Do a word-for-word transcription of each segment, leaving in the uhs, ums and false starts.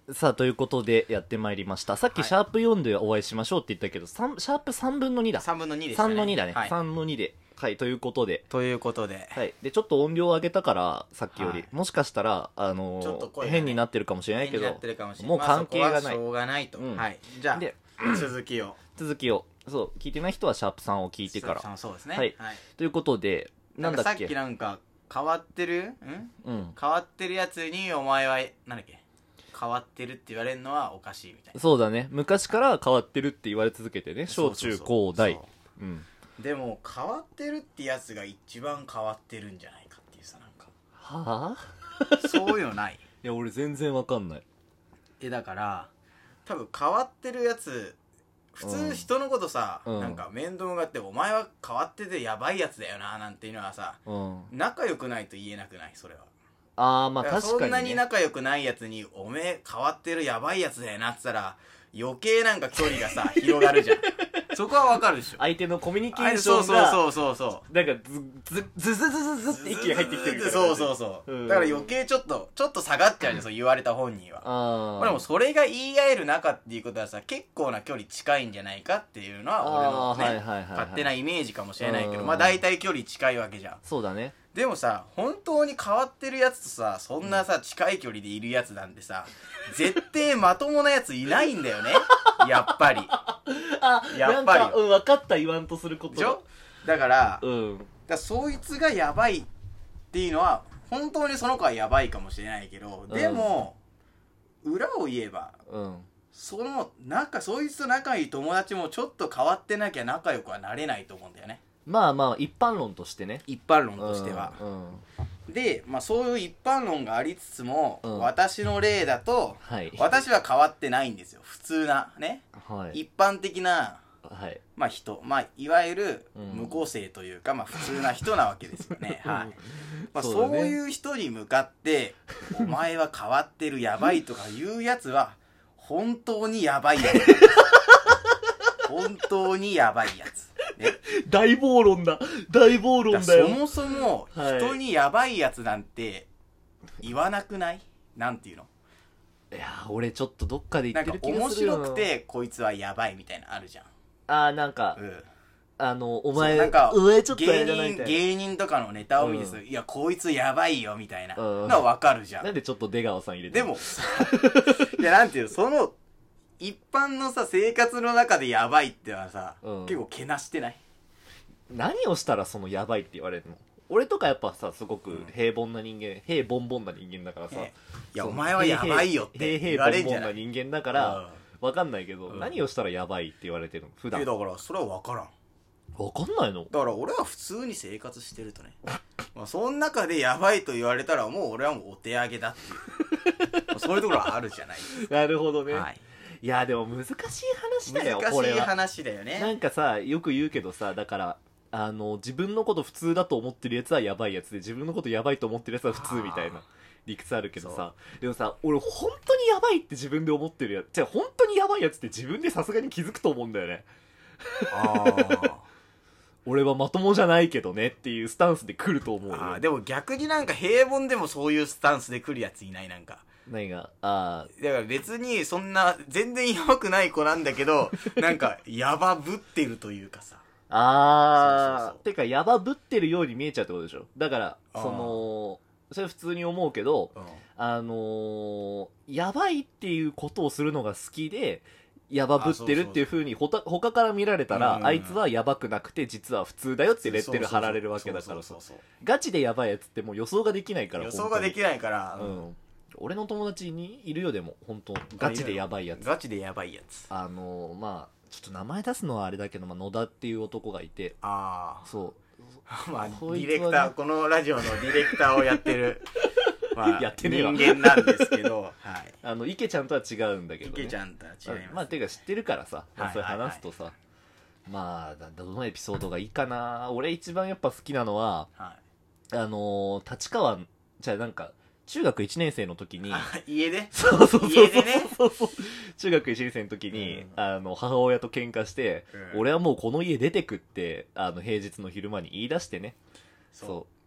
さあ、ということでやってまいりました。さっきはいシャープよんでお会いしましょうって言ったけど、さんシャープさんぶんのにだ。 さんぶんのにでしたね。 さんのにだね。 はい、 さんのにで。はい、ということで。 ということで。 はい。で、ちょっと音量上げたから、さっきより。 はいもしかしたら、あのーちょっと声がね変になってるかもしれないけど変になってるかもしれない。 もう関係がない。 まあそこはしょうがないと。 うんはい。じゃあ、 で続きを。 続きを。そう、聞いてない人はシャープさんを聞いてから。 そうですね。 はいということで、ななんんかさっだっけきなんか、変わってるんうん。 変わってるやつに、お前は、なんだっけ変わってるって言われるのはおかしいみたいな。 そうだね。昔から変わってるって言われ続けてね。小中高大。 そううん。 でも、変わってるってやつが一番変わってるんじゃないかっていうさ、なんか。 はぁそういうのない。 いや、俺全然わかんない。 え、だから、多分変わってるやつ、普うん通人のことさ、 うんなんか面倒があって、お前は変わっててやばいやつだよな、なんていうのはさ、 うん。 仲良くないと言えなくないそれは。 あー、まあだから確かに、ね。 そんなに仲良くないやつに、おめえ変わってるやばいやつだよなって言ったら、余計なんか距離がさ、広がるじゃん。そこはわかるでしょ。 相手のコミュニケあれーションが、 そうそうそうそうそう。 なんかず、ず、ずずずずずって一気に入ってきてるみたいな。 そうそうそう、 うんだから余計ちょっとちょっと下がっちゃうじゃん、そう言われた本人は。 あー。 でもそれが言い合える仲っていうことはさ、結構な距離近いんじゃないかっていうのは俺のあーね、 はいはいはいはい勝手なイメージかもしれないけど、 うんまあ大体距離近いわけじゃん。 そうだね。 でもさ、本当に変わってるやつとさ、そんなさ、近い距離でいるやつなんてさ、絶対まともなやついないんだよね。やっぱり。 あ、 やっぱりなんか、うん、分かった言わんとすること。 でしょだから、だかうん。 らそいつがやばいっていうのは、本当にその子はやばいかもしれないけど、でも、裏を言えば、 うん。 その、なんか、そいつと仲いい友達もちょっと変わってなきゃ仲良くはなれないと思うんだよね。 まあまあ、一般論としてね。 一般論としては。 うん。 で、まあそういう一般論がありつつも、 うん私の例だと、 はい。 私は変わってないんですよ。普通な、ね。 はい。 一般的な、 はい。 まあ人、まあいわゆるうん無個性というか、まあ普通な人なわけですよね。はい。まあそだねそうういう人に向かって、お前は変わってるやばいとか言うやつは、本当にやばいやつ。本当にやばいやつ。ね。 大暴論だ。大暴論だよ。 そもそもはい人にやばいやつなんて言わなくない？なんていうの？ いやー、俺ちょっとどっかで言なんかってる気が面するよな。 白くてこいつはやばいみたいなのあるじゃん。 あー、なんか、 うん。 あの、おそう前、 なんか上ちょっとあれ芸じゃないみたいな。 人芸人とかのネタを見てさ、 ういやこいつやばいよみたいなうんのはわかるじゃん。 なんでちょっと出川さん入れてるでもいやなんていうの、その一般のさ生活の中でやばいってのはさ、 うん結構けなしてない？ 何をしたらそのやばいって言われるの？俺とかやっぱさ、すごくうん平凡な人間、平凡凡な人間だからさ、 ねいやそうお前はやばいよって言われんじゃない？ 平々凡々な人間だから、わかんないけど、 うん何をしたらやばいって言われてるの普うん、 段。 えだからそれは分からん。 わかんないの？ だから俺は普通に生活してるとねまあその中でやばいと言われたらもう俺はもうお手上げだっていうそういうところはあるじゃないですなるほどね。 か、はい、 いや、でも難しい話だよ、 難しいこれは。 話だよね。 なんかさ、よく言うけどさ、だから、あの、自分のこと普通だと思ってるやつはやばいやつで、自分のことやばいと思ってるやつは普通みたいな理屈あるけどさ、でもさ、俺本当にやばいって自分で思ってるやつ、じゃあ本当にやばいやつって自分でさすがに気づくと思うんだよね。 あ俺はまともじゃないけどねっていうスタンスで来ると思うよ。 あでも逆になんか平凡でもそういうスタンスで来るやついない？なんか何が、あだから別にそんな全然やばくない子なんだけどなんかやばぶってるというかさあ、ああ、 そうそうそうてかやばぶってるように見えちゃうってことでしょ。だから、 あーその、それ普通に思うけど、 うんあのー、やばいっていうことをするのが好きで、やばぶってるっていう風にほた他から見られたら、 うんあいつはやばくなくて実は普通だよってレッテル貼られるわけだからさそう、そうそうガチでやばいやつってもう予想ができないからそう予想ができない、 ないから、 うん、俺の友達にいるよ。でも本当ガチでやばいやつ、 ガチでやばいやつ。 あのー、まあちょっと名前出すのはあれだけど、まあ、野田っていう男がいて、 あそうあまあデこいつはねィレクター、このラジオのディレクターをやってるまあやってねえわ人間なんですけどはいあの池ちゃんとは違うんだけどね。 池ちゃんとは違います。 まあていうか知ってるからさ、まあそれはいはいはい話すとさ、まあだどのエピソードがいいかな。俺一番やっぱ好きなのははいあのー、立川じゃあなんか中学いちねん生の時にあ家でそうそうそうそう家でねそうそう中学いちねん生の時に、 うんあの母親と喧嘩して、 うん俺はもうこの家出てくってあの平日の昼間に言い出してね。 そうそ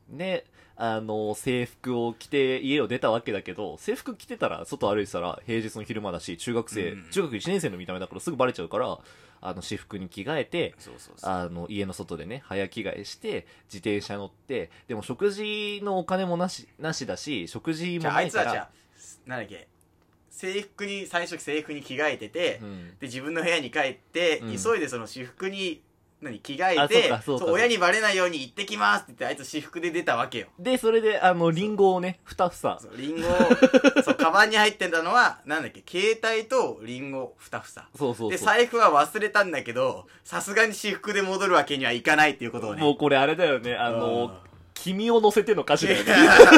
であの制服を着て家を出たわけだけど、制服着てたら外歩いてたら平日の昼間だし、中学生、うん、中学いちねん生の見た目だからすぐバレちゃうから、あの私服に着替えて、 そうそうそう、 あの家の外でね早着替えして自転車乗って、でも食事のお金もなしなしだし、食事もないから。 じゃああいつはじゃあなんだっけ、制服に最初制服に着替えてて、うん、で自分の部屋に帰って、うん、急いでその私服に何着替えて、そうそう親にバレないように行ってきますって言って、あいつ私服で出たわけよ。 でそれであのリンゴをねふた房、 そうリンゴをそうカバンに入ってたのはなんだっけ、携帯とリンゴに房、 そうそうそう、 で財布は忘れたんだけど、さすがに私服で戻るわけにはいかないっていうことをね。 もうこれあれだよね、あの君を乗せての歌詞だよね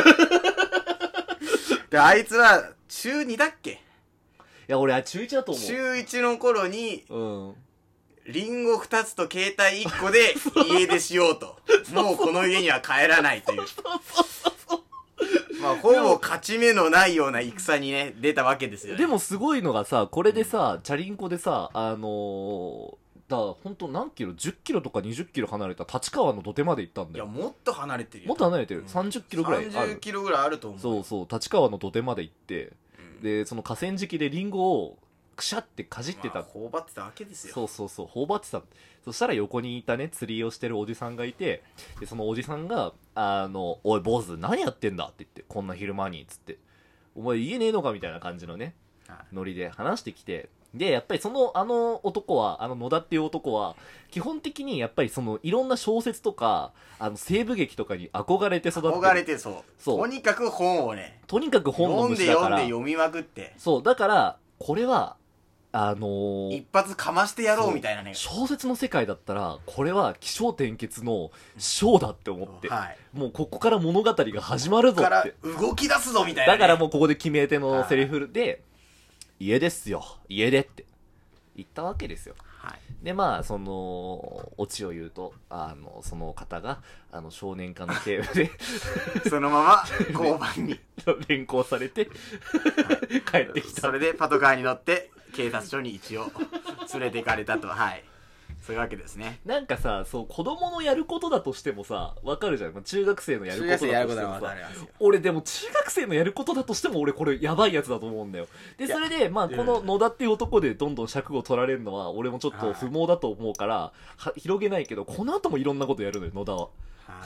であいつは中にだっけ、いや俺は中いちだと思う。 中いちの頃に、 うん、 リンゴふたつと携帯いっこで家出しようと。もうこの家には帰らないという。まあほぼ勝ち目のないような戦にね出たわけですよね。 でもすごいのがさ、これでさ、うん、チャリンコでさ、あのー、だ本当何キロ、じゅっキロとかにじゅっキロ離れた立川の土手まで行ったんだよ。 いやもっと離れてるよ。 もっと離れてる、うん、さんじゅっキロぐらいある。 さんじゅっキロぐらいあると思う。 そうそう、立川の土手まで行って、うん、でその河川敷でリンゴをくしゃってかじってた、まあ、 頬張ってたわけですよ。 そうそうそう、頬張ってた。そしたら横にいたね釣りをしてるおじさんがいて、でそのおじさんがあのおい坊主何やってんだって言って、こんな昼間にっつって、お前家ねえのかみたいな感じのね、はい、ノリで話してきて、でやっぱりそのあの男は、あの野田っていう男は基本的にやっぱりそのいろんな小説とかあの西部劇とかに憧れて育ってる。 憧れて、そうそう、とにかく本をね、 とにかく本の虫だから、 読んで読んで読みまくって、 そうだからこれはあのー、 一発かましてやろうみたいなね。 小説の世界だったらこれは起承転結のショーだって思って、 はい、 もうここから物語が始まるぞって、 ここから動き出すぞみたいな、ね、 だからもうここで決め手のセリフで、はい、家ですよ家でって言ったわけですよ。 はい、 でまあそのオチを言うと、あのその方があの少年課の警部でそのまま交番に連行されて帰ってきた。 それでパトカーに乗って警察署に一応連れて行かれたと。はい、そういうわけですね。 なんかさ、そう子供のやることだとしてもさわかるじゃん、中学生のやることだとしてもさ、俺でも中学生のやることだとしても俺これやばいやつだと思うんだよ。でそれでまあこの野田っていう男でどんどん尺を取られるのは俺もちょっと不毛だと思うからは広げないけど、この後もいろんなことやるのよ野田は。は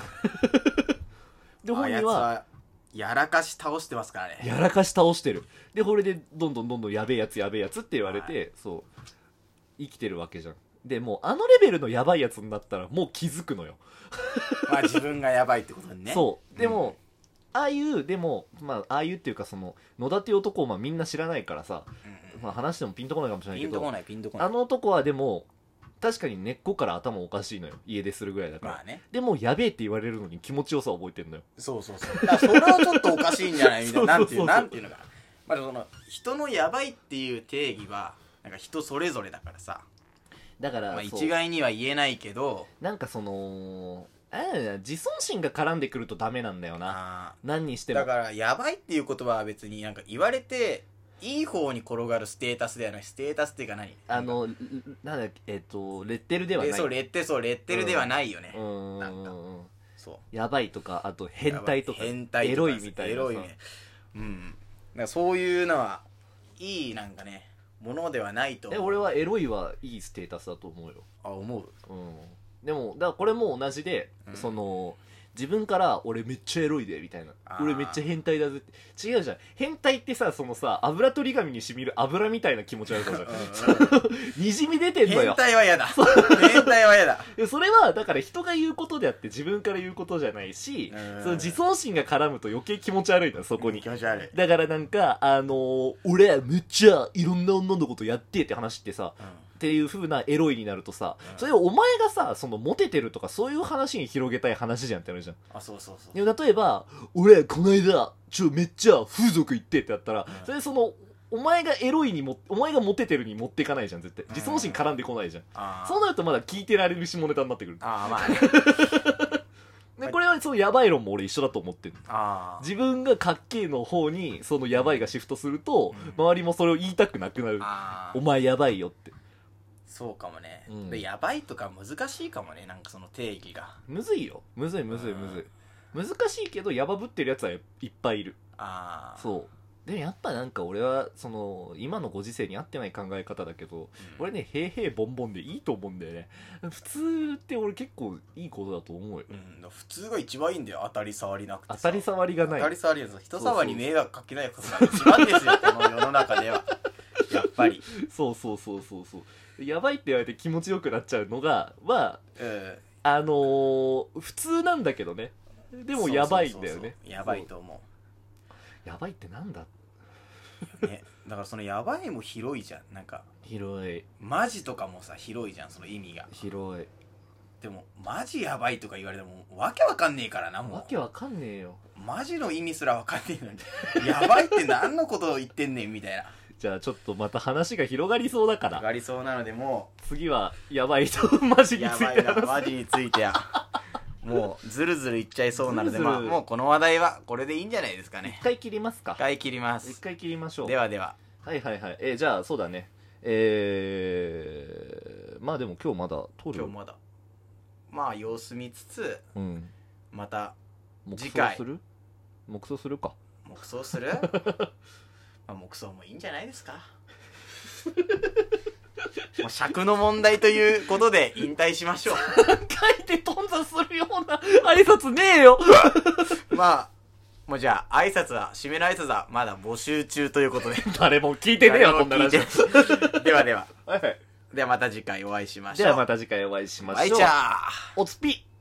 で本人はやらかし倒してますからね。 やらかし倒してる。でこれでどんどんどんどんやべえやつやべえやつって言われて、はい、そう生きてるわけじゃん。でもうあのレベルのやばいやつになったらもう気づくのよまあ自分がやばいってことにね。 そうでも、うん、ああいうでもまあああいうっていうかその野田っていう男をまあみんな知らないからさ、うんうん、まあ話してもピンとこないかもしれないけど、 ピンとこないピンとこない。 あの男はでも確かに根っこから頭おかしいのよ、家出するぐらいだから、 まあね、 でもやべえって言われるのに気持ちよさを覚えてるのよ。 そうそうそう、だからそれはちょっとおかしいんじゃないみたいななんていうなんていうのかな、まあ、その人のやばいっていう定義はなんか人それぞれだからさ、 だから、 まあ、一概には言えないけど、 なんかそのあれ自尊心が絡んでくるとダメなんだよな、何にしても。 だからやばいっていう言葉は別になんか言われていい方に転がるステータスではない、ステータスっていうか何、 あのなんだっけ、えっ、ー、とレッテルではない、 そうレッテそうレッテルではないよね、 うん、 なんかそうやばいとか、あと変態とか変態とかエロいみたいな、 エロいね、うん、だからそういうのはいいなんかねものではないと思う。 え俺はエロいはいいステータスだと思うよ。 あ思う、 うん、でもだからこれも同じで、うん、その自分から俺めっちゃエロいでみたいな、俺めっちゃ変態だぜって違うじゃん。変態ってさ、そのさ油取り紙にしみる油みたいな気持ちあるからにじみ出てんのよ。 変態は嫌だ変態は嫌だそれはだから人が言うことであって自分から言うことじゃないし、その自尊心が絡むと余計気持ち悪いんだそこに、 気持ち悪い。 だからなんかあのー、俺めっちゃいろんな女のことやってって話ってさ、うんっていう風なエロいになるとさ、うん、それをお前がさそのモテてるとかそういう話に広げたい話じゃんってなるじゃん。 あそうそうそう。 でも例えば俺この間ちょめっちゃ風俗行ってってやったら、うん、それそのお前がエロいにもお前がモテてるに持っていかないじゃん絶対。自尊心絡んでこないじゃん、うん、そうなるとまだ聞いてられる下ネタになってくる。 あまあねでこれはそのヤバい論も俺一緒だと思ってる。あ自分がかっけえの方にそのヤバいがシフトすると、うん、周りもそれを言いたくなくなる。お前ヤバいよって。 そうかもね、うん、でやばいとか難しいかもね、なんかその定義がむずいよ、むずいむずいむずい、 難しいけどヤバぶってるやつはいっぱいいる。 ああそうでもやっぱなんか俺はその今のご時世に合ってない考え方だけど、うん、俺ね平々ボンボンでいいと思うんだよね。普通って俺結構いいことだと思うよ、 うん、普通が一番いいんだよ。当たり障りなくてさ、 当たり障りがない、 当たり障りが人様に迷惑かけないことが一番ですよこの世の中ではやっぱりそうそうそうそうそうやばいって言われて気持ちよくなっちゃうのがは、うん、あのー、普通なんだけどね。でもやばいんだよね。そうそうそうそうやばいと思う。 やばいってなんだね、だからそのやばいも広いじゃん。なんか広い。 マジとかもさ広いじゃん、その意味が。 広い。 でもマジやばいとか言われてもわけわかんねえからな。もうわけわかんねえよ。 マジの意味すらわかんねえのにやばいって何のことを言ってんねんみたいな。 じゃあちょっとまた話が広がりそうだから、 広がりそうなので、もう次はやばいとマジについて話す。 やばいなマジについてやもうずるずるいっちゃいそうなので、まあもうこの話題はこれでいいんじゃないですかね。 一回切りますか。 一回切ります。 一回切りましょう。 ではでは。 はいはいはい。えー、じゃあそうだね。えー、まあでも今日まだ撮る。 今日まだ。まあ様子見つつ、 うん、 また次回。黙想する？黙想するか。 黙想する？まあ黙想もいいんじゃないですか。もう尺の問題ということで引退しましょう。 書いて頓挫するような挨拶ねえよ。 まあもうじゃあ挨拶は締めの挨拶はまだ募集中ということで誰も聞いてねえよこんなラジオ。 ではでは、 はいはい、 ではまた次回お会いしましょう。 ではまた次回お会いしましょう。 はい、じゃあおつぴ。